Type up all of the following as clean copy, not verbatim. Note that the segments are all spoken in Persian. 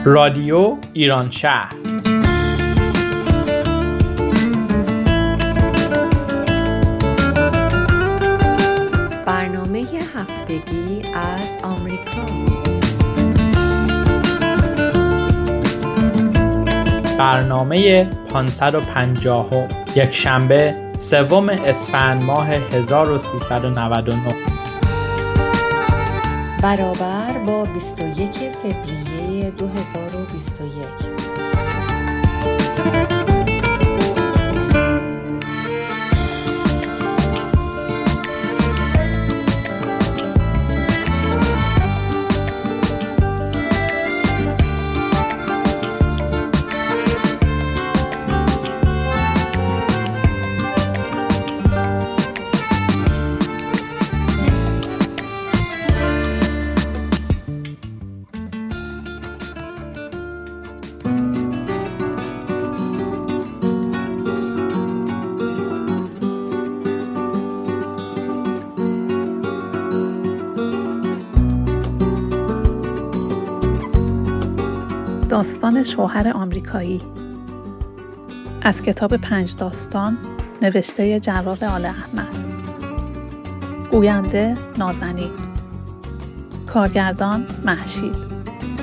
رادیو ایران شهر. برنامه هفتگی از آمریکا. برنامه 550 یک شنبه 3 اسفند ماه 1399 برابر با 21 فوریه 2021. داستان شوهر آمریکایی از کتاب 5 داستان نوشته جلال آل احمد، گوینده نازنین، کارگردان مهشید.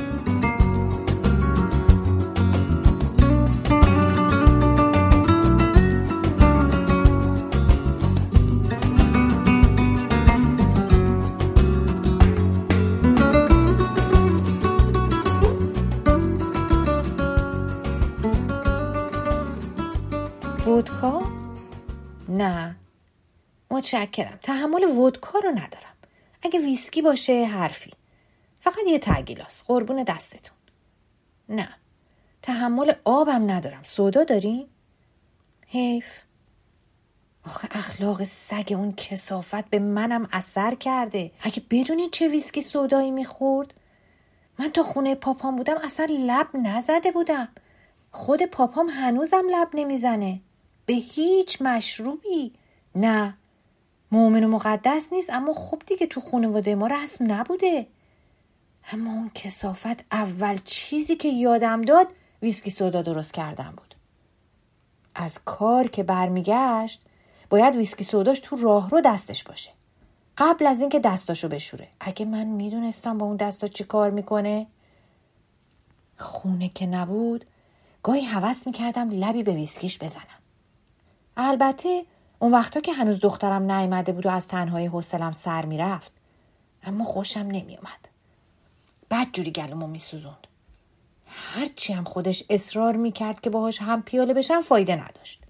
ودکا؟ نه متشکرم، تحمل ودکا رو ندارم. اگه ویسکی باشه حرفی، فقط یه ته گیلاس قربون دستتون. نه تحمل آبم ندارم. سودا دارین؟ حیف. آخه اخلاق سگ اون کثافت به منم اثر کرده. اگه بدونین چه ویسکی سودایی میخورد، من تا خونه پاپام بودم اصلا لب نزده بودم. خود پاپام هنوزم لب نمیزنه به هیچ مشروبی. نه مومن و مقدس نیست، اما خب دیگه تو خانواده ما رسم نبوده. اما اون کثافت اول چیزی که یادم داد ویسکی سودا درست کردن بود. از کار که برمیگشت باید ویسکی سوداش تو راهرو دستش باشه قبل از اینکه دستاشو بشوره. اگه من میدونستم با اون دستا چی کار میکنه. خونه که نبود گاهی هوس میکردم لبی به ویسکیش بزنم. البته اون وقتا که هنوز دخترم نیامده بود و از تنهایی حوصله‌ام سر میرفت، اما خوشم نمیومد. بدجوری گلومو میسوزوند. هرچی هم خودش اصرار میکرد که باهاش هم پیاله بشم فایده نداشت.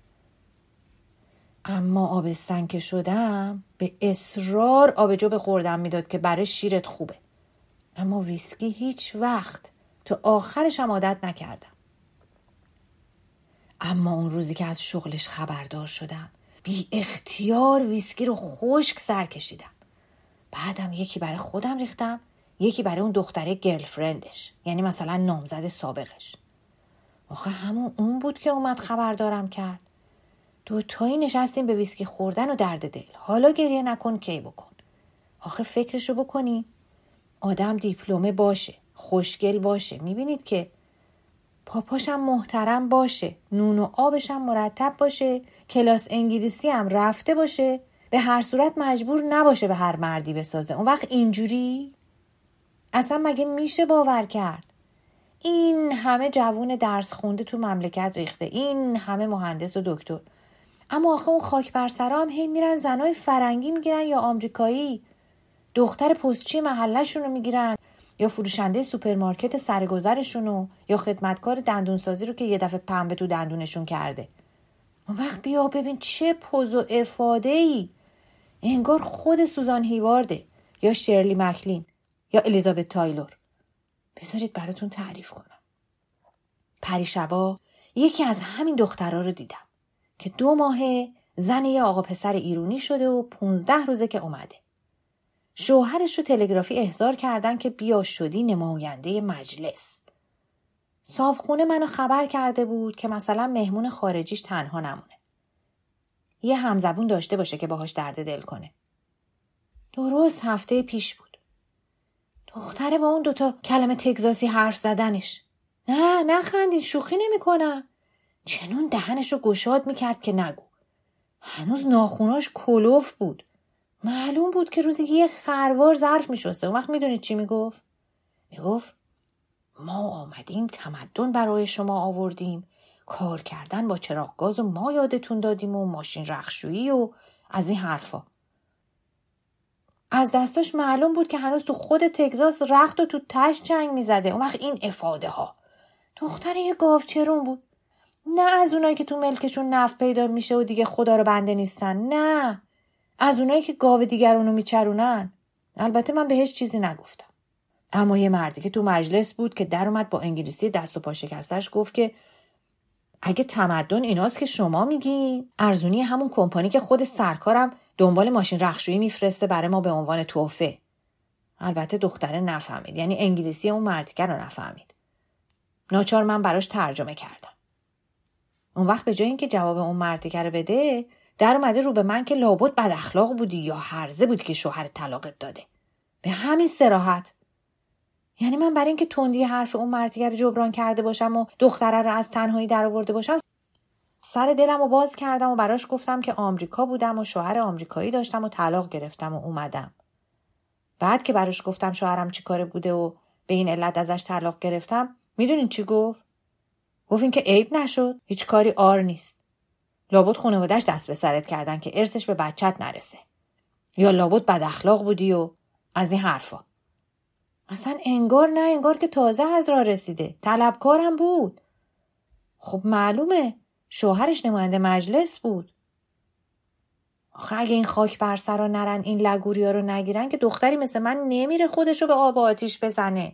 اما آبستن که شدم به اصرار آبجو خوردم میداد که برای شیرت خوبه. اما ویسکی هیچ وقت تا آخرش هم عادت نکردم. اما اون روزی که از شغلش خبردار شدم بی اختیار ویسکی رو خشک سر کشیدم. بعدم یکی برای خودم ریختم، یکی برای اون دختره گرلفرندش، یعنی مثلا نامزد سابقش. آخه همون اون بود که اومد خبردارم کرد. دوتایی نشستیم به ویسکی خوردن و درد دل. حالا گریه نکن کی بکن. آخه فکرشو بکنی آدم دیپلمه باشه، خوشگل باشه، میبینید که پاپاشم محترم باشه، نون و آبشم مرتب باشه، کلاس انگلیسی هم رفته باشه، به هر صورت مجبور نباشه به هر مردی بسازه. اون وقت اینجوری اصلا مگه میشه باور کرد؟ این همه جوون درس خونده تو مملکت ریخته، این همه مهندس و دکتر، اما آخه اون خاک بر سرا هم هی میرن زنای فرنگی میگیرن یا آمریکایی، دختر پستچی محلشون رو میگیرن، یا فروشنده سوپرمارکت سرگذرشونو، یا خدمتکار دندونسازی رو که یه دفعه پنبه تو دندونشون کرده. اون وقت بیا ببین چه پوز و افاده‌ای. انگار خود سوزان هیوارده یا شرلی مکلین یا الیزابت تایلور. بذارید براتون تعریف کنم. پریشبا یکی از همین دخترها رو دیدم که 2 ماهه زن یه آقا پسر ایرانی شده و 15 روزه که اومده. شوهرش رو تلگرافی احضار کردن که بیا شدی نماینده مجلس. صاحبخونه منو خبر کرده بود که مثلا مهمون خارجیش تنها نمونه. یه همزبون داشته باشه که باهاش درد دل کنه. درست هفته پیش بود. دختره با اون 2 کلمه تگزاسی حرف زدنش. نه نخندین، شوخی نمی‌کنم. چنون دهنشو گشاد میکرد که نگو. هنوز ناخوناش کلوف بود. معلوم بود که روزی یه خروار ظرف میشسته. اون وقت میدونید چی میگفت؟ میگفت ما آمدیم تمدن برای شما آوردیم، کار کردن با چراغ گاز و ما یادتون دادیم و ماشین رختشویی و از این حرفا. از دستاش معلوم بود که هنوز تو خود تگزاس رخت و تو تش جنگ میزده. اون وقت این افاده ها. دختر یه گاوچرون بود. نه از اونایی که تو ملکشون نفت پیدا میشه و دیگه خدا رو بنده نیستن. نه از اونایی که گاو دیگرونو میچرونن. البته من به هیچ چیزی نگفتم. اما یه مردی که تو مجلس بود که در اومد با انگلیسی دست و پا شکستش گفت که اگه تمدن ایناست که شما میگین، ارزونی همون کمپانی که خود سرکارم دنبال ماشین رختشویی میفرسته برای ما به عنوان تحفه. البته دختره نفهمید، یعنی انگلیسی اون مردیکه رو نفهمید. ناچار من براش ترجمه کردم. اون وقت به جای اینکه جواب اون مردیکه رو بده، در اومده رو به من که لابد بد اخلاق بودی یا هرزه بودی که شوهر طلاقت داده. به همین صراحت. یعنی من برای اینکه تندی حرف اون مردیکه رو جبران کرده باشم و دختره رو از تنهایی در آورده باشم، سر دلم رو باز کردم و براش گفتم که آمریکا بودم و شوهر آمریکایی داشتم و طلاق گرفتم و اومدم. بعد که براش گفتم شوهرم چی کاره بوده و به این علت ازش طلاق گرفتم، میدونین چی گفت؟ گفت این که عیب نشد، هیچ کاری آر نیست. لابد خانواده‌اش دست به سرت کردن که ارثش به بچت نرسه. یا لابد بد اخلاق بودی و از این حرفا. اصلا انگار نه انگار که تازه از راه رسیده. طلبکارم بود. خب معلومه شوهرش نماینده مجلس بود. آخه اگه این خاک بر سرا نرن، این لگوریا رو نگیرن که دختری مثل من نمیره خودشو به آب و آتیش بزنه.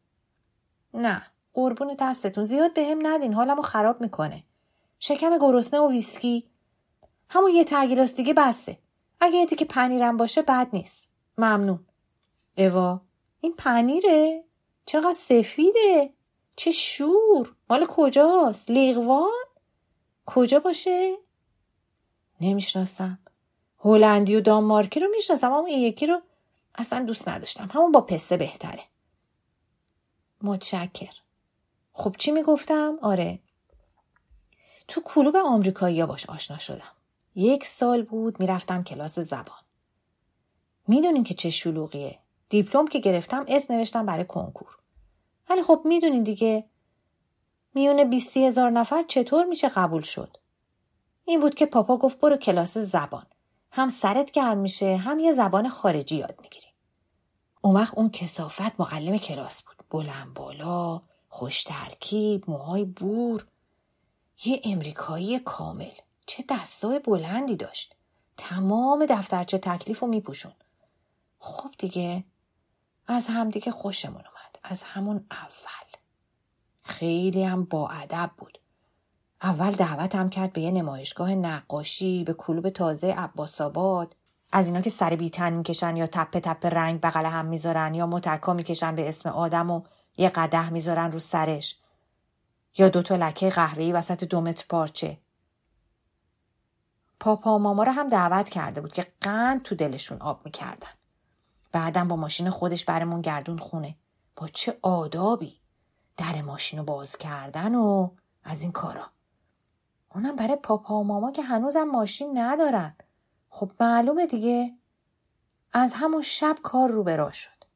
نه قربون دستتون، زیاد بهم ندین، حالمو خراب میکنه. شکم گرسنه و ویسکی، همون یه تگیلاس دیگه بسه. اگه یه تیکه پنیرم باشه بد نیست. ممنون. اوا این پنیره؟ چقدر سفیده؟ چه شور؟ مال کجاست؟ لیغوان؟ کجا باشه؟ نمیشناسم. هلندی و دانمارکی رو میشناسم، اما این یکی رو اصلا دوست نداشتم. همون با پسته بهتره. متشکر. خب چی میگفتم؟ آره، تو کلوب آمریکایی‌ها باش آشنا شدم. 1 سال بود میرفتم کلاس زبان. میدونین که چه شلوغیه. دیپلم که گرفتم اسم نوشتم برای کنکور. ولی خب میدونین دیگه میونه 20 هزار نفر چطور میشه قبول شد. این بود که پاپا گفت برو کلاس زبان. هم سرت گرم میشه، هم یه زبان خارجی یاد میگیری. اون وقت اون کثافت معلم کلاس بود. بلند بالا، خوش ترکیب، موهای بور. یه امریکایی کامل. چه دستای بلندی داشت. تمام دفترچه تکلیفو میپوشون. خب دیگه از همدیگه خوشمون اومد. از همون اول. خیلی هم با ادب بود. اول دعوتم کرد به یه نمایشگاه نقاشی، به کلوب تازه عباس‌آباد. از اینا که سر بیتن میکشن یا تپه تپه رنگ بغل هم میذارن یا متکا میکشن به اسم آدم و یه قدح میذارن رو سرش. یا 2 تا لکه قهوه‌ای وسط 2 متر پارچه. پاپا و ماما رو هم دعوت کرده بود که قند تو دلشون آب میکردن. بعدم با ماشین خودش برمون گردون خونه. با چه آدابی. در ماشین رو باز کردن و از این کارا. اونم برای پاپا و ماما که هنوزم ماشین ندارن. خب معلومه دیگه. از همون شب کار رو به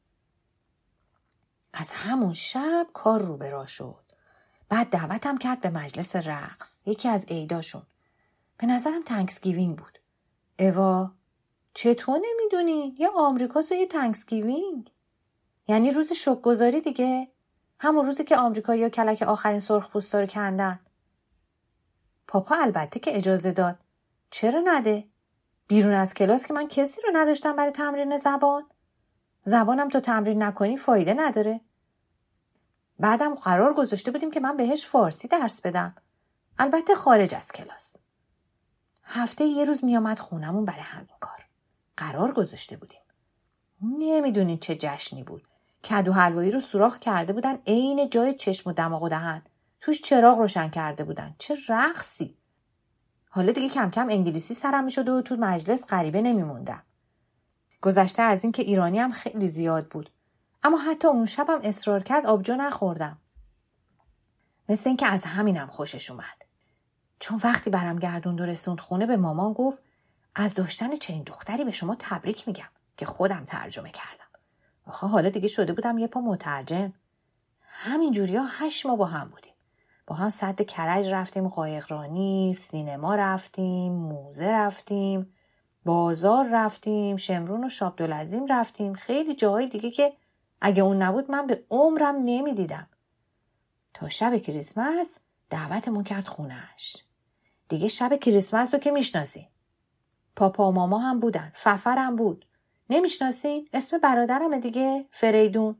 راه شد. بعد دعوتم کرد به مجلس رقص. یکی از عیداشون. به نظرم تانکسگیوینگ بود. اوا چطور نمیدونی؟ یه آمریکاست و یه تانکسگیوینگ. یعنی روز شکرگزاری دیگه. همون روزی که آمریکایی‌ها کلک آخرین سرخپوستا رو کندن. پاپا البته که اجازه داد. چرا نده؟ بیرون از کلاس که من کسی رو نداشتم برای تمرین زبان. زبانم تو تمرین نکنی فایده نداره. بعدم قرار گذاشته بودیم که من بهش فارسی درس بدم. البته خارج از کلاس. هفته یه روز میامد خونمون برای همین کار. قرار گذاشته بودیم. نمیدونین چه جشنی بود. کدو حلوایی رو سوراخ کرده بودن عین جای چشم و دماغ و دهن. توش چراغ روشن کرده بودن. چه رقصی. حالا دیگه کم کم انگلیسی سرم میشد و تو مجلس غریبه نمیموندم. گذشته از این که ایرانی هم خیلی زیاد بود. اما حتی اون شبم اصرار کرد آبجو نخوردم. مثل این که از همینم خوشش اومد. چون وقتی برم گردوند و رسوند خونه به مامان گفت از داشتن چنین دختری به شما تبریک میگم که خودم ترجمه کردم. آخه حالا دیگه شده بودم یه پا مترجم. همین جوریا 8 ماه با هم بودیم. با هم سد کرج رفتیم، قایقرانی، سینما رفتیم، موزه رفتیم، بازار رفتیم، شمرون و شابدالعظیم رفتیم، خیلی جاهای دیگه که اگه اون نبود من به عمرم نمیدیدم. تا شب کریسمس دعوتمون کرد خونه‌اش. دیگه شب کریسمس رو که میشناسی. پاپا و ماما هم بودن، ففر هم بود. نمیشناسین؟ اسم برادرمه دیگه، فریدون.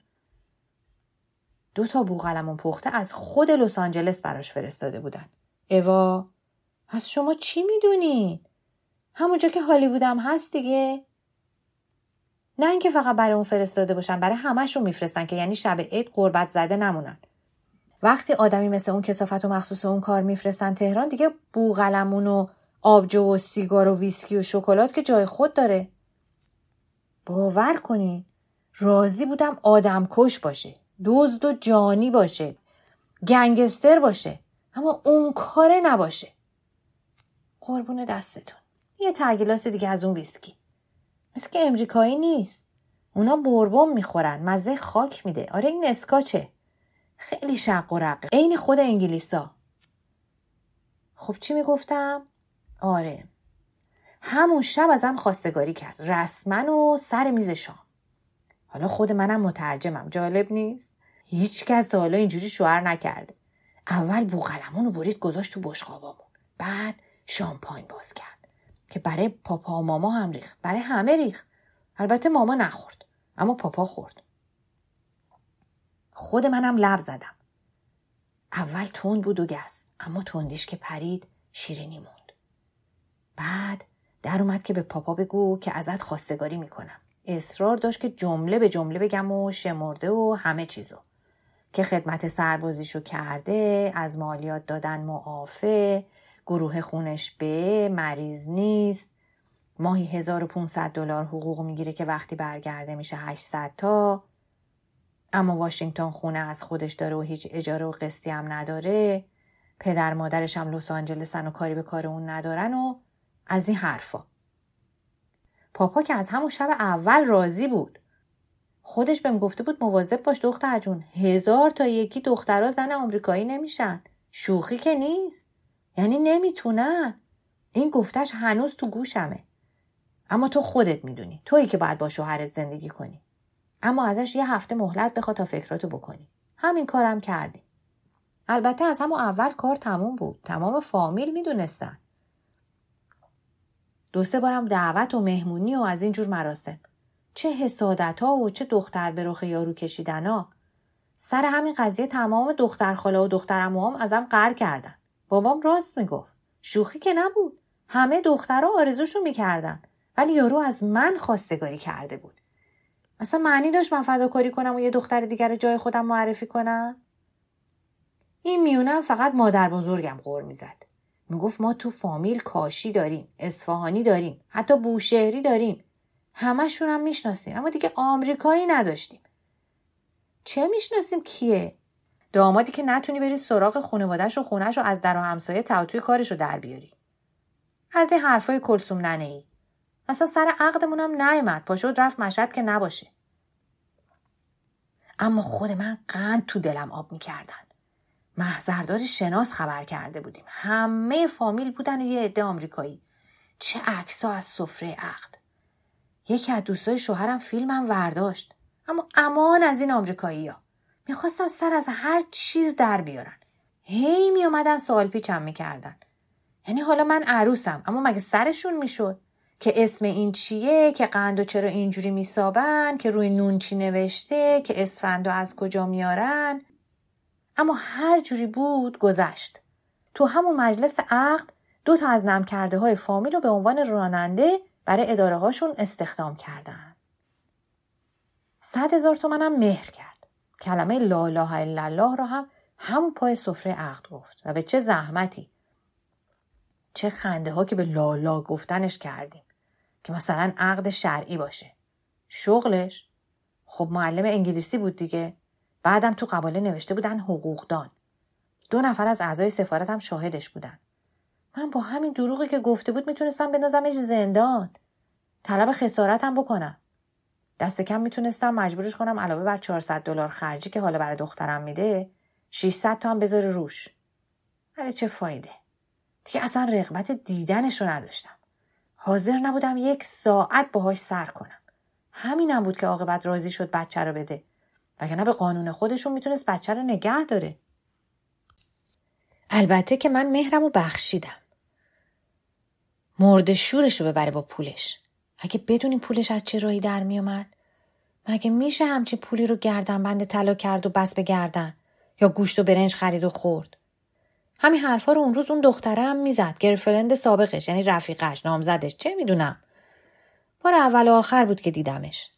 2 بوقلمون پخته از خود لس آنجلس براش فرستاده بودن. اوا، از شما چی میدونین؟ همونجا که هالیوودم هست دیگه. نه اینکه فقط برای اون فرستاده باشن، برای همه‌شون میفرستن که یعنی شب عید قربت زده نمونن. وقتی آدمی مثل اون کثافت و مخصوص اون کار میفرستن تهران، دیگه بوقلمون و آبجو و سیگار و ویسکی و شکلات که جای خود داره. باور کنین راضی بودم آدم کش باشه، دزد و جانی باشه، گنگستر باشه، اما اون کاره نباشه. قربون دستتون. یه تگلاس دیگه از اون ویسکی. مثل که امریکایی نیست. اونا بوربون میخورن، مزه خاک میده. آره این اسکاچه. خیلی شق و رقه. عین خود انگلیسا. خب چی میگفتم؟ آره. همون شب ازم خواستگاری کرد. رسما و سر میز شام. حالا خود منم مترجمم. جالب نیست؟ هیچ کس حالا اینجوری شوهر نکرده. اول بوقلمونو برید گذاشت تو بشقابامون. بعد شامپاین باز کرد که برای پاپا و ماما هم ریخت. برای همه ریخت. البته ماما نخورد. اما پاپا خورد. خود منم لب زدم. اول تند بود و گس. اما تندیش که پرید شیرینی موند. بعد در اومد که به پاپا بگو که ازت خواستگاری میکنم. اصرار داشت که جمله به جمله بگم و شمرده و همه چیزو. که خدمت سربازیشو کرده، از مالیات دادن معافه، گروه خونش به مریض نیست، ماهی $1500 حقوق میگیره که وقتی برگرده میشه 800 تا، اما واشنگتن خونه از خودش داره و هیچ اجاره و قسطی هم نداره، پدر مادرش هم لس آنجلسن و کاری به کار اون ندارن و از این حرفا. پاپا که از همون شب اول راضی بود. خودش بهم گفته بود مواظب باش دختر جون، 1000 تا یکی دخترها زن آمریکایی نمیشن. شوخی که نیست. یعنی نمیتونن. این گفتش هنوز تو گوشمه. اما تو خودت میدونی. تویی که باید با شوهرت زندگی کنی. اما ازش 1 هفته مهلت بخواد تا فکراتو بکنی. همین کارم کردی. البته از همون اول کار تموم بود. تمام فامیل میدونستن. 2-3 بارم دعوت و مهمونی و از اینجور مراسم. چه حسادت ها و چه دختر به رخ یارو کشیدن ها. سر همین قضیه تمام دختر خاله و دختر عموام ازم قهر کردن. بابام راست میگفت. شوخی که نبود. همه دخترها آرزوشو میکردن. ولی یارو از من خواستگاری کرده بود. اصلا معنی داشت من فداکاری کنم و یه دختر دیگر جای خودم معرفی کنم؟ این میونم فقط مادر بزرگم غر میزد. میگفت ما تو فامیل کاشی داریم، اصفهانی داریم، حتی بوشهری داریم. همشون هم میشناسیم، اما دیگه آمریکایی نداشتیم. چه میشناسیم کیه؟ دامادی که نتونی بری سراغ خانواده‌ش و خونه‌ش و از در و همسایه توی کارشو در بیاری. از این حرفای کلثوم ننه‌ای. اصلا سر عقدمون هم نیامد. پاشد رفت مشهد که نباشه. اما خود من قند تو دلم آب میکردن. محضردار شناس خبر کرده بودیم. همه فامیل بودن و یه عده آمریکایی. چه عکس‌ها از سفره عقد. یکی از دوستای شوهرم فیلمم ورداشت. اما امان از این آمریکایی‌ها. میخواستن سر از هر چیز در بیارن. هی میومدن سوال پیچم میکردن. یعنی حالا من عروسم، اما مگه سرشون میشد که اسم این چیه، که قندو چرا اینجوری میسابن، که روی نون چی نوشته، که اسفندو از کجا میارن. اما هر جوری بود گذشت. تو همون مجلس عقد 2 تا از نم کرده های فامیل رو به عنوان راننده برای اداره هاشون استخدام کردن. 100,000 تومنم مهر کرد. کلمه لا اله الا الله را هم همون پای سفره عقد گفت و به چه زحمتی. چه خنده ها که به لالا گفتنش کردیم که مثلا عقد شرعی باشه. شغلش خب معلم انگلیسی بود دیگه. بعدم تو قباله نوشته بودن حقوقدان. 2 نفر از اعضای سفارت هم شاهدش بودن. من با همین دروغی که گفته بود میتونستم بندازمش زندان. طلب خسارتم بکنم. دست کم میتونستم مجبورش کنم علاوه بر $400 خرجی که حالا برای دخترم میده 600 تا هم بذاره روش. ولی چه فایده؟ دیگه اصلا رغبت دیدنش رو نداشتم. حاضر نبودم 1 ساعت باهاش سر کنم. همینم بود که عاقبت راضی شد بچه رو بده. وگرنه به قانون خودشون میتونست بچه رو نگه داره. البته که من مهرم رو بخشیدم. مرد شورش رو ببره با پولش. اگه بدونیم پولش از چه راهی در می اومد، مگه میشه همچی پولی رو گردن بند طلا کرد و بس به گردن، یا گوشت و برنج خرید و خورد. همین حرفا رو اون روز اون دختره هم میزد، گرلفرند سابقش، یعنی رفیقش، نامزدش، چه میدونم. بار اول و آخر بود که دیدمش.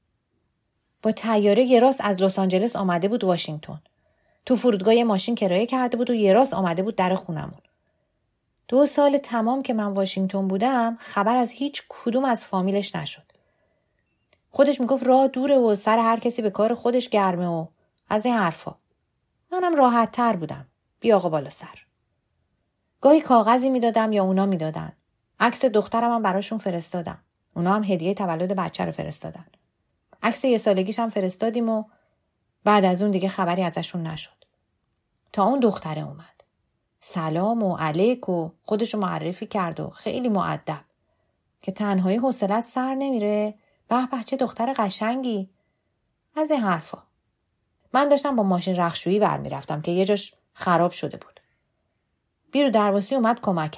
با طیاره یه راست از لس آنجلس آمده بود واشنگتن. تو فرودگاه یه ماشین کرایه کرده بود و یه راست آمده بود در خونمون. 2 سال تمام که من واشنگتن بودم خبر از هیچ کدوم از فامیلش نشد. خودش میگفت راه دوره و سر هر کسی به کار خودش گرمه و از این حرفا. منم راحت تر بودم. بی آقا بالا سر. گاهی کاغذی میدادم یا اونا میدادن. عکس دخترم هم براشون فرستادم. اونا هم هدیه تولد بچه رو فرستادن. عکس 1 سالگیش هم فرستادیم و بعد از اون دیگه خبری ازشون نشد. تا اون دختره اومد. سلام و علیک و خودشو معرفی کرد و خیلی مؤدب که تنهایی حوصله‌ات سر نمیره. به به چه دختر قشنگی. از این حرفا. من داشتم با ماشین رختشویی برمی رفتم که یه جاش خراب شده بود. بیرو درواسی اومد کمکم.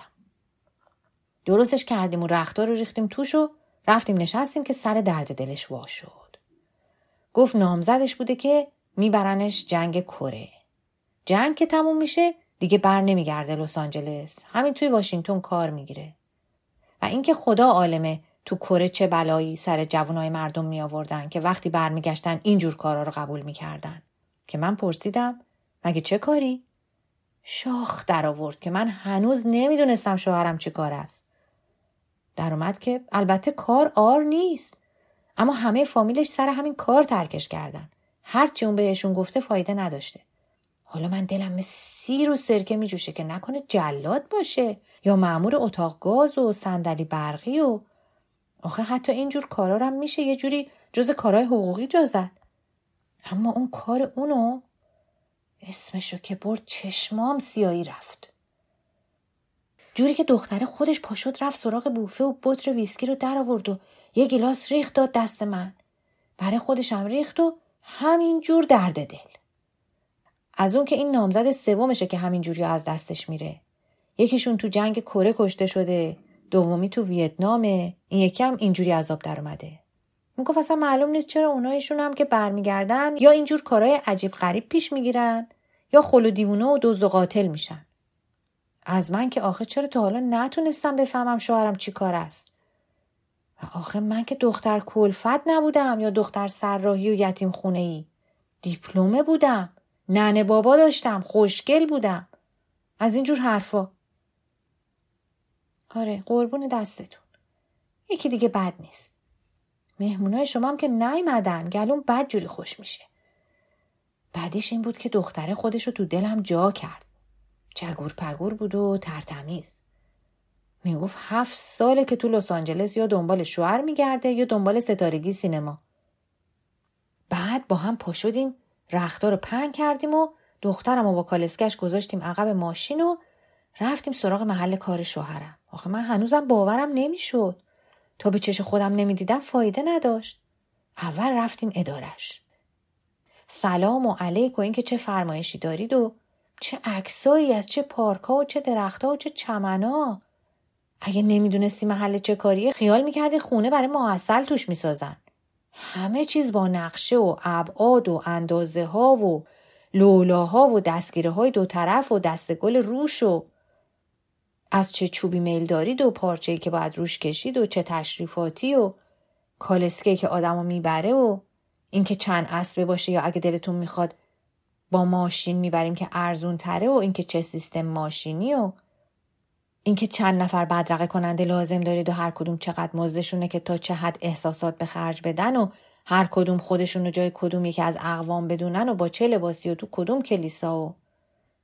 درستش کردیم و رخت‌ها رو ریختیم توش و رفتیم نشستیم که سر درد دلش وا شد. گفت نامزدش بوده که میبرنش جنگ کره. جنگ که تموم میشه دیگه بر نمیگرده لس آنجلس. همین توی واشنگتن کار میگیره. و اینکه خدا عالمه تو کره چه بلایی سر جوانای مردم می آوردن که وقتی برمیگشتن اینجور کارا رو قبول میکردن. که من پرسیدم مگه چه کاری؟ شاخ در آورد که من هنوز نمیدونستم شوهرم چه کار است. در اومد که البته کار آر نیست، اما همه فامیلش سر همین کار ترکش کردن. هرچی اون بهشون گفته فایده نداشته. حالا من دلم مثل سیر و سرکه می جوشه که نکنه جلاد باشه یا مأمور اتاق گاز و صندلی برقی و آخه حتی اینجور کارا هم میشه یه جوری جز کارهای حقوقی جا زد. اما اون کار اونو اسمشو که برد چشمام سیاهی رفت. جوری که دختره خودش پاشد رفت سراغ بوفه و بطر ویسکی رو در آورد و یه گلاس ریخت داد دست من. برای خودش هم ریخت و همین جور درد دل. از اون که این نامزد سومشه که همین جوری از دستش میره. یکیشون تو جنگ کره کشته شده، دومی تو ویتنامه، این یکی هم اینجوری عذاب در اومده. میگفت اصلا معلوم نیست چرا اونایشون هم که برمیگردن یا اینجور کارهای عجیب غریب پیش میگیرن یا خل و دیوونه و دزد و قاتل میشن. از من که آخه چرا تا حالا نتونستم بفهمم شوهرم چی کار است. و آخه من که دختر کلفت نبودم یا دختر سرراهی و یتیم خونه‌ای. دیپلمه بودم، ننه بابا داشتم، خوشگل بودم. از اینجور حرفا. آره قربون دستتون. یکی دیگه بد نیست. مهمونای شما هم که نیومدن گلوم بد جوری خوش میشه. بعدیش این بود که دختره خودشو تو دلم جا کرد. چگور پگور بود و ترتمیز. میگفت 7 ساله که تو لس آنجلس یا دنبال شوهر میگرده یا دنبال ستارگی سینما. بعد با هم پا شدیم رختار رو پهن کردیم و دخترم رو با کالسکش گذاشتیم عقب ماشین و رفتیم سراغ محل کار شوهرم. آخه من هنوزم باورم نمیشد. تا به چش خودم نمیدیدم فایده نداشت. اول رفتیم ادارش. سلام و علیک و این که چه فرمایشی دارید و چه عکسایی از چه پارکا و چه درختها و چه چمنا. اگه نمیدونستی محل چه کاریه خیال میکردی خونه برای ماحصل توش میسازن. همه چیز با نقشه و ابعاد و اندازه ها و لولاها و دستگیره های 2 طرف و دستگل روش و از چه چوبی میل دارید و پارچه‌ای که باید روش کشید و چه تشریفاتی و کالسکه‌ای که آدمو میبره و اینکه چند اسبه باشه یا اگه دلتون میخواد با ماشین میبریم که ارزون تره و اینکه چه سیستم ماشینی و اینکه چند نفر بدرقه کننده لازم دارید و هر کدوم چقدر مزدشونه که تا چه حد احساسات به خرج بدن و هر کدوم خودشونو جای کدوم یکی از اقوام بدونن و با چه لباسی و تو کدوم کلیسا و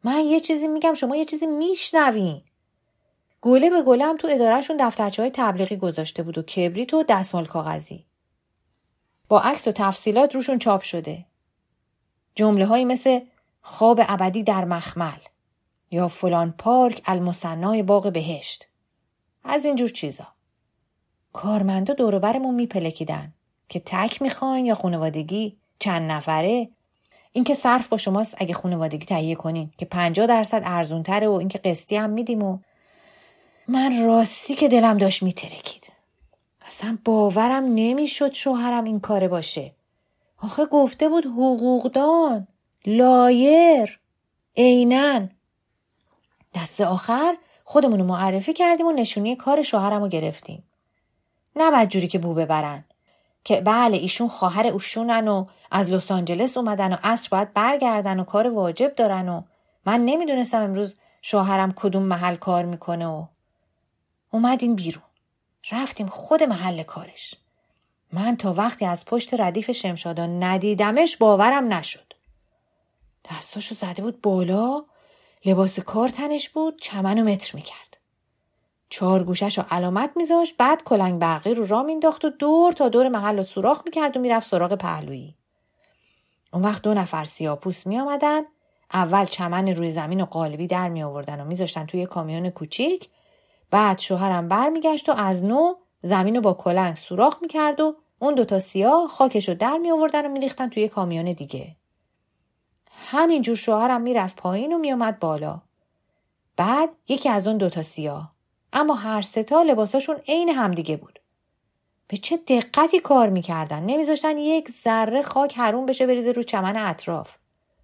من یه چیزی میگم شما یه چیزی میشنوین. گله به گله هم تو ادارهشون دفترچه‌های تبلیغی گذاشته بود و کبریت و دستمال کاغذی. با عکس و تفصیلات روشون چاپ شده. جمله‌هایی مثل خواب ابدی در مخمل یا فلان پارک المثنای باغ بهشت. از اینجور چیزا. کارمندا دور و برمون میپلکیدن که تک میخواین یا خانوادگی، چند نفره. این که صرف با شماست اگه خانوادگی تهیه کنین که 50% ارزونتره و این که قسطی هم میدیم. و من راستی که دلم داشت میترکید. اصلا باورم نمیشد شوهرم این کاره باشه. آخه گفته بود حقوقدان، لایر، عیناً. دست آخر خودمونو معرفی کردیم و نشونی کار شوهرمو گرفتیم. نه بدجوری که بو ببرن که بله ایشون خواهر اوشونن و از لس آنجلس اومدن و عصر باید برگردن و کار واجب دارن و من نمیدونستم امروز شوهرم کدوم محل کار میکنه. و اومدیم بیرون، رفتیم خود محل کارش. من تا وقتی از پشت ردیف شمشادان ندیدمش باورم نشد. دستاشو زده بود بالا، لباس کار تنش بود، چمنو متر میکرد. 4 گوشه‌شو علامت میذاشت، بعد کلنگ برقی رو راه مینداخت و دور تا دور محل رو سوراخ میکرد و میرفت سراغ پهلویی. اون وقت 2 نفر سیاه‌پوست میآمدن، اول چمن روی زمین و قالبی در میآوردن و میذاشتن توی کامیون کوچیک. بعد شوهرم برمیگشت و از نو زمین رو با کلنگ سوراخ میکرد و اون 2 تا سیاه خاکشو در میآوردن و میریختن توی کامیون دیگه. همینجور شوهرم میرفت پایین و میامد بالا. بعد یکی از اون 2 تا سیاه، اما هر 3 تا لباساشون عین همدیگه بود. به چه دقتی کار میکردن، نمیذاشتن یک ذره خاک حروم بشه بریزه رو چمن اطراف.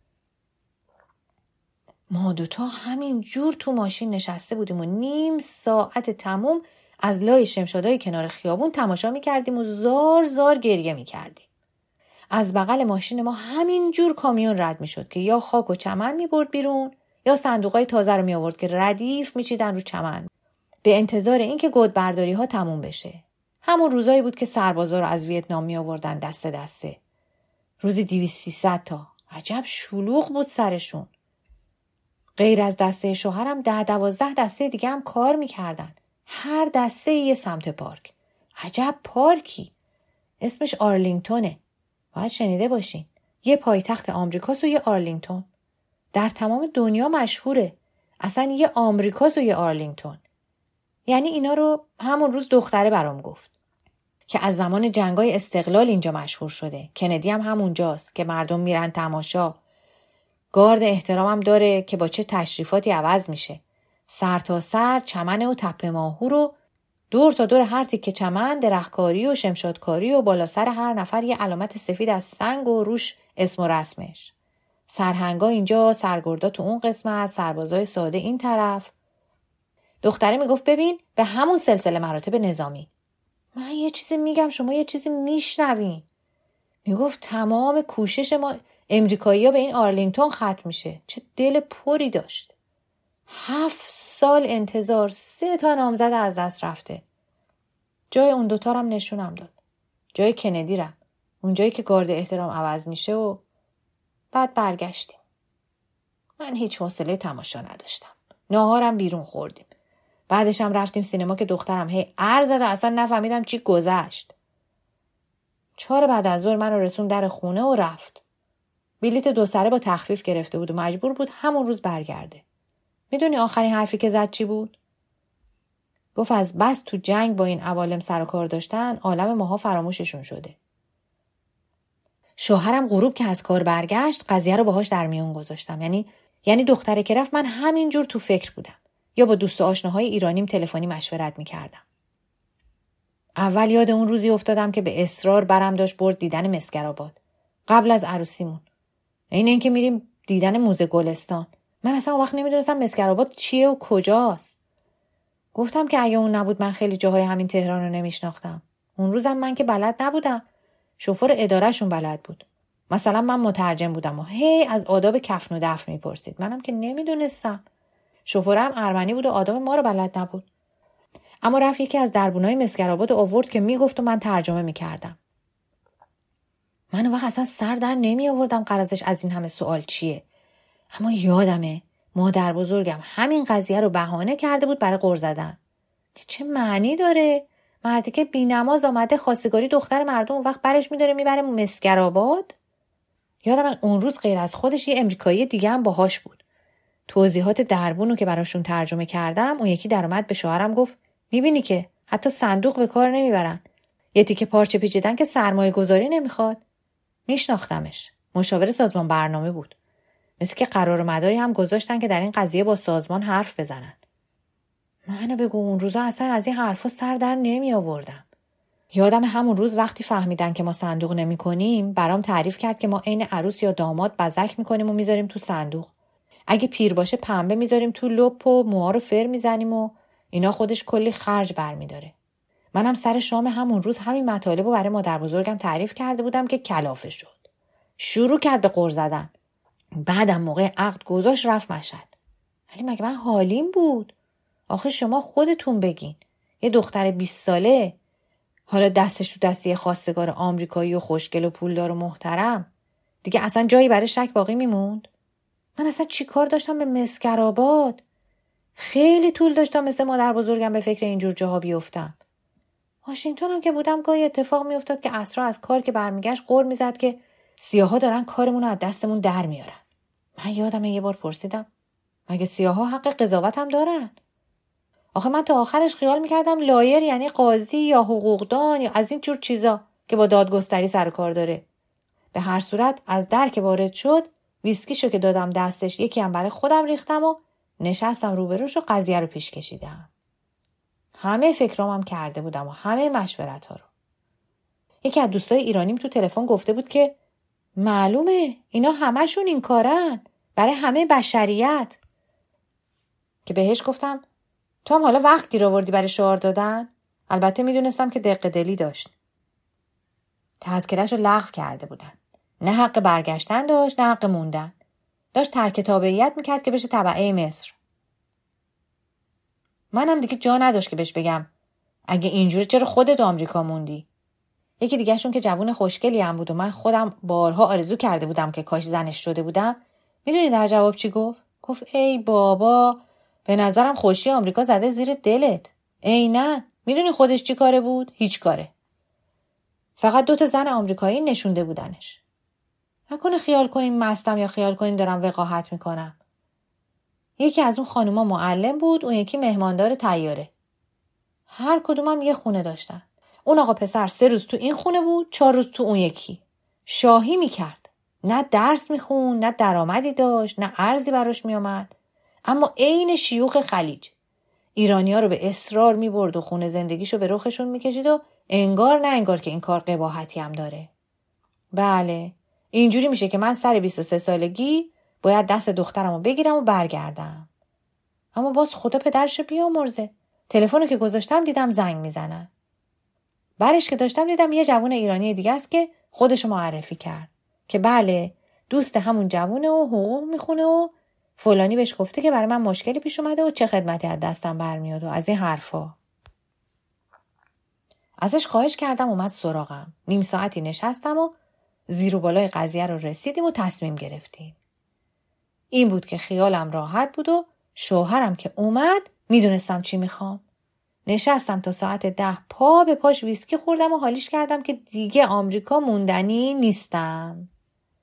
ما 2 تا همین جور تو ماشین نشسته بودیم و نیم ساعت تموم از لای شمشادای کنار خیابون تماشا میکردیم و زار زار گریه میکردیم. از بغل ماشین ما همین جور کامیون رد میشد که یا خاک و چمن میبرد بیرون یا صندوقای تازه رو میآورد که ردیف میچیدن رو چمن به انتظار اینکه گودبرداری ها تموم بشه. همون روزایی بود که سربازا رو از ویتنام میآوردن دسته دسته. روزی 200-300 تا. عجب شلوغ بود سرشون. غیر از دسته شوهرم 10-12 دسته دیگه هم کار میکردن. هر دسته یه سمت پارک. عجب پارکی. اسمش آرلینگتونه. باید شنیده باشین. یه پایتخت آمریکاست و یه آرلینگتون. در تمام دنیا مشهوره. اصلا یه آمریکاست و یه آرلینگتون. یعنی اینا رو همون روز دختره برام گفت که از زمان جنگای استقلال اینجا مشهور شده. کندی هم همونجاست که مردم میرن تماشا. گارد احترامم داره که با چه تشریفاتی عوض میشه. سر تا سر چمن و تپه ماهو رو دور تا دور هر تیکه چمن درختکاری و شمشادکاری و بالا سر هر نفر یه علامت سفید از سنگ و روش اسم و رسمش. سرهنگا اینجا، سرگردا تو اون قسمت، سربازای ساده این طرف. دختره میگفت ببین به همون سلسله مراتب نظامی. من یه چیزی میگم شما یه چیزی میشنوین. میگفت تمام کوشش ما امریکایی‌ها به این آرلینگتون ختم میشه. چه دل پری داشت. 7 سال انتظار، 3 تا نامزد از دست رفته. جای اون 2 تا هم نشونم داد. جای کندی رم. اون جایی که گارد احترام عوض میشه و بعد برگشتیم. من هیچ حوصله تماشا نداشتم. ناهارم بیرون خوردیم. بعدش هم رفتیم سینما که دخترم هی ار زد و اصلا نفهمیدم چی گذشت. 4 بعد از ظهر من رو رسون در خونه و رفت. بلیت 2 سره با تخفیف گرفته بود و مجبور بود همون روز برگرده. میدونی آخرین حرفی که زد چی بود؟ گفت از بس تو جنگ با این عوالم سر و کار داشتن عالم ماها فراموششون شده. شوهرم غروب که از کار برگشت قضیه رو باهاش در میون گذاشتم. یعنی دختره که رفت من همینجور تو فکر بودم یا با دوست و آشناهای ایرانیم تلفنی مشورت میکردم. اول یاد اون روزی افتادم که به اصرار برم داشت برد دیدن مسگرآباد قبل از عروسیمون. این که میریم دیدن موزه گلستان. من اصلا وقت نمیدونستم مسگرآباد چیه و کجاست. گفتم که اگه اون نبود من خیلی جاهای همین تهران رو نمیشناختم. اون روزم من که بلد نبودم. شوفر ادارهشون بلد بود. مثلا من مترجم بودم و هی از آداب کفن و دفن میپرسید. منم که نمیدونستم. شوفرم ارمنی بود و آداب ما رو بلد نبود. اما رفت یکی از دربونای مسگرآباد آورد که میگفت و من ترجمه میکردم. من وقت اصلا سر در نمی آوردم غرضش از این همه سوال چیه. اما یادمه مادر بزرگم همین قضیه رو بهانه کرده بود برای غر زدن. که چه معنی داره؟ مردی که بی‌نماز آمده خواستگاری دختر مردم اون وقت برش می‌داره میبره مسگرآباد. یادم اون روز غیر از خودش یه امریکایی دیگه هم باهاش بود. توضیحات دربونو که براشون ترجمه کردم، اون یکی در اومد به شوهرم گفت میبینی که حتی صندوق به کار نمیبرن. یه تیکه پارچه پیچیدن که سرمایه گذاری نمیخواد. میشناختمش. مشاور سازمان برنامه بود. مثل که قرار مداری هم گذاشتن که در این قضیه با سازمان حرف بزنن. منو بگو اون روزا اصلا از این حرفا سر در نمی آوردم. یادم همون روز وقتی فهمیدن که ما صندوق نمی کنیم برام تعریف کرد که ما عین عروس یا داماد بزک میکنیم و میذاریم تو صندوق. اگه پیر باشه پنبه میذاریم تو لپ و موها رو فر میزنیم و اینا خودش کلی خرج برمیداره. منم سر شام همون روز همین مطالب رو برای مادر بزرگم تعریف کرده بودم که کلافه شد. شروع کرد به غر زدن. بعدم موقع عقد گذاشت رفت مشهد. ولی مگه من حالیم بود؟ آخه شما خودتون بگین. یه دختر 20 ساله حالا دستش تو دستی خواستگار آمریکایی و خوشگل و پولدار و محترم دیگه اصلا جایی برای شک باقی میموند؟ من اصلا چی کار داشتم به مسگرآباد؟ خیلی طول داشتم مثل مادر بزرگم به فکر اینجور جاها بیفتم. واشنگتن هم که بودم گاهی اتفاق میافتاد که عصرها از کار که برمیگشت غر میزد که سیاها دارن کارمون رو از دستمون در میارن. من یادم یه بار پرسیدم مگه سیاها حق قضاوت هم دارن؟ آخه من تا آخرش خیال میکردم لایر یعنی قاضی یا حقوقدان یا از این جور چیزا که با دادگستری سر کار داره. به هر صورت از در که وارد شد ویسکیشو که دادم دستش یکی هم برای خودم ریختم و نشستم روبروش و قضیه رو پیش کشیدم. همه فکرامم کرده بودم و همه مشورت‌ها رو. یکی از دوستای ایرانیم تو تلفن گفته بود که معلومه اینا همشون این کارن برای همه بشریت. که بهش گفتم تو هم حالا وقت گیر آوردی برای شعار دادن؟ البته میدونستم که دق دلی داشت. تذکره‌شو لغو کرده بودن. نه حق برگشتن داشت نه حق موندن. داشت ترک تابعیت میکرد که بشه تبعه مصر. منم دیگه جا نداشت که بهش بگم اگه اینجوری چرا خودت آمریکا موندی؟ یکی دیگه شون که جوون خوشگلی هم بود و من خودم بارها آرزو کرده بودم که کاش زنش شده بودم. میدونی در جواب چی گفت؟ گفت ای بابا به نظرم خوشی آمریکا زده زیر دلت. ای نه میدونی خودش چی کاره بود؟ هیچ کاره. فقط 2 زن آمریکایی نشونده بودنش. نکنه خیال کنیم مستم یا خیال کنیم دارم وقاحت میکنم. یکی از اون خانوما معلم بود، اون یکی مهماندار طیاره. هر کدومم یه خونه داشتن. اون آقا پسر 3 روز تو این خونه بود، 4 روز تو اون یکی. شاهی میکرد. نه درس میخون، نه درآمدی داشت، نه ارزی براش میامد. اما عین شیوخ خلیج. ایرانی‌ها رو به اصرار میبرد و خونه زندگیشو به رخشون میکشید و انگار نه انگار که این کار قباحتی هم داره. بله، اینجوری میشه که من سر 23 سالگی باید دست دخترمو بگیرم و برگردم. اما باز خدا پدرشو بیامرزه. تلفنو که گذاشتم دیدم زنگ میزنن. برش که داشتم دیدم یه جوون ایرانی دیگه است که خودشو معرفی کرد که بله دوست همون جوونه و حقوق میخونه و فلانی بهش گفته که برای من مشکلی پیش اومده و چه خدمتی از دستم برمیاد و از این حرفا. ازش خواهش کردم اومد سراغم. نیم ساعتی نشستم و زیر و بالای قضیه رو رسیدیم و تصمیم گرفتیم. این بود که خیالم راحت بود و شوهرم که اومد میدونستم چی میخوام. نشستم تا ساعت 10 پا به پاش ویسکی خوردم و حالیش کردم که دیگه آمریکا موندنی نیستم.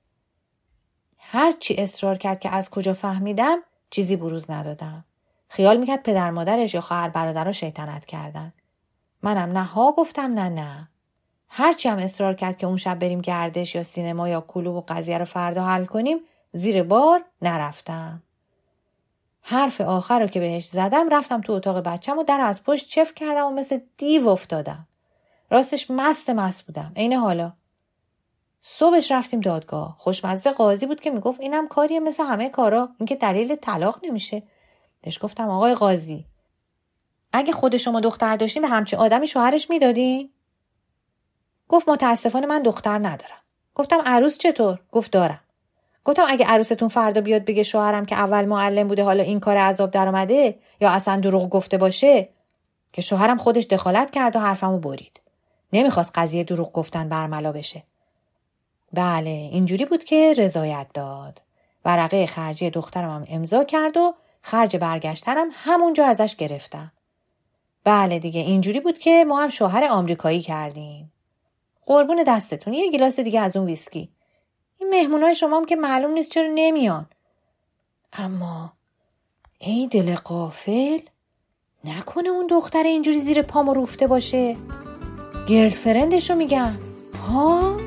هر چی اصرار کرد که از کجا فهمیدم چیزی بروز ندادم. خیال میکرد پدر مادرش یا خواهر برادرها شیطنت کردن. منم نه ها گفتم نه. هر چی هم اصرار کرد که اون شب بریم گردش یا سینما یا کلوب و قضیه رو فردا حل کنیم زیر بار نرفتم. حرف آخر رو که بهش زدم رفتم تو اتاق بچم و در از پشت چفت کردم و مثل دیو افتادم. راستش مست بودم. عین حالا. صبحش رفتیم دادگاه. خوشمزه قاضی بود که میگفت اینم کاریه مثل همه کارا، این که دلیل طلاق نمیشه. بهش گفتم آقای قاضی اگه خود شما دختر داشتین به همچین آدمی شوهرش میدادین؟ گفت متاسفانه من دختر ندارم. گفتم عروس چطور؟ گفت دارم. گفتم اگه عروستون فردا بیاد بگه شوهرم که اول معلم بوده حالا این کار عذاب در اومده یا اصلا دروغ گفته باشه، که شوهرم خودش دخالت کرد و حرفمو برید. نمیخواست قضیه دروغ گفتن برملا بشه. بله اینجوری بود که رضایت داد ورقه خرجی دخترم هم امضا کرد و خرج برگشتنم همونجا ازش گرفتم. بله دیگه اینجوری بود که ما هم شوهر آمریکایی کردیم. قربون دستتون، یه گیلاس دیگه از اون ویسکی. این مهمونای شما هم که معلوم نیست چرا نمیان. اما ای دل غافل، نکنه اون دختر اینجوری زیر پامو روفته باشه. گرلفرندشو میگم. ها؟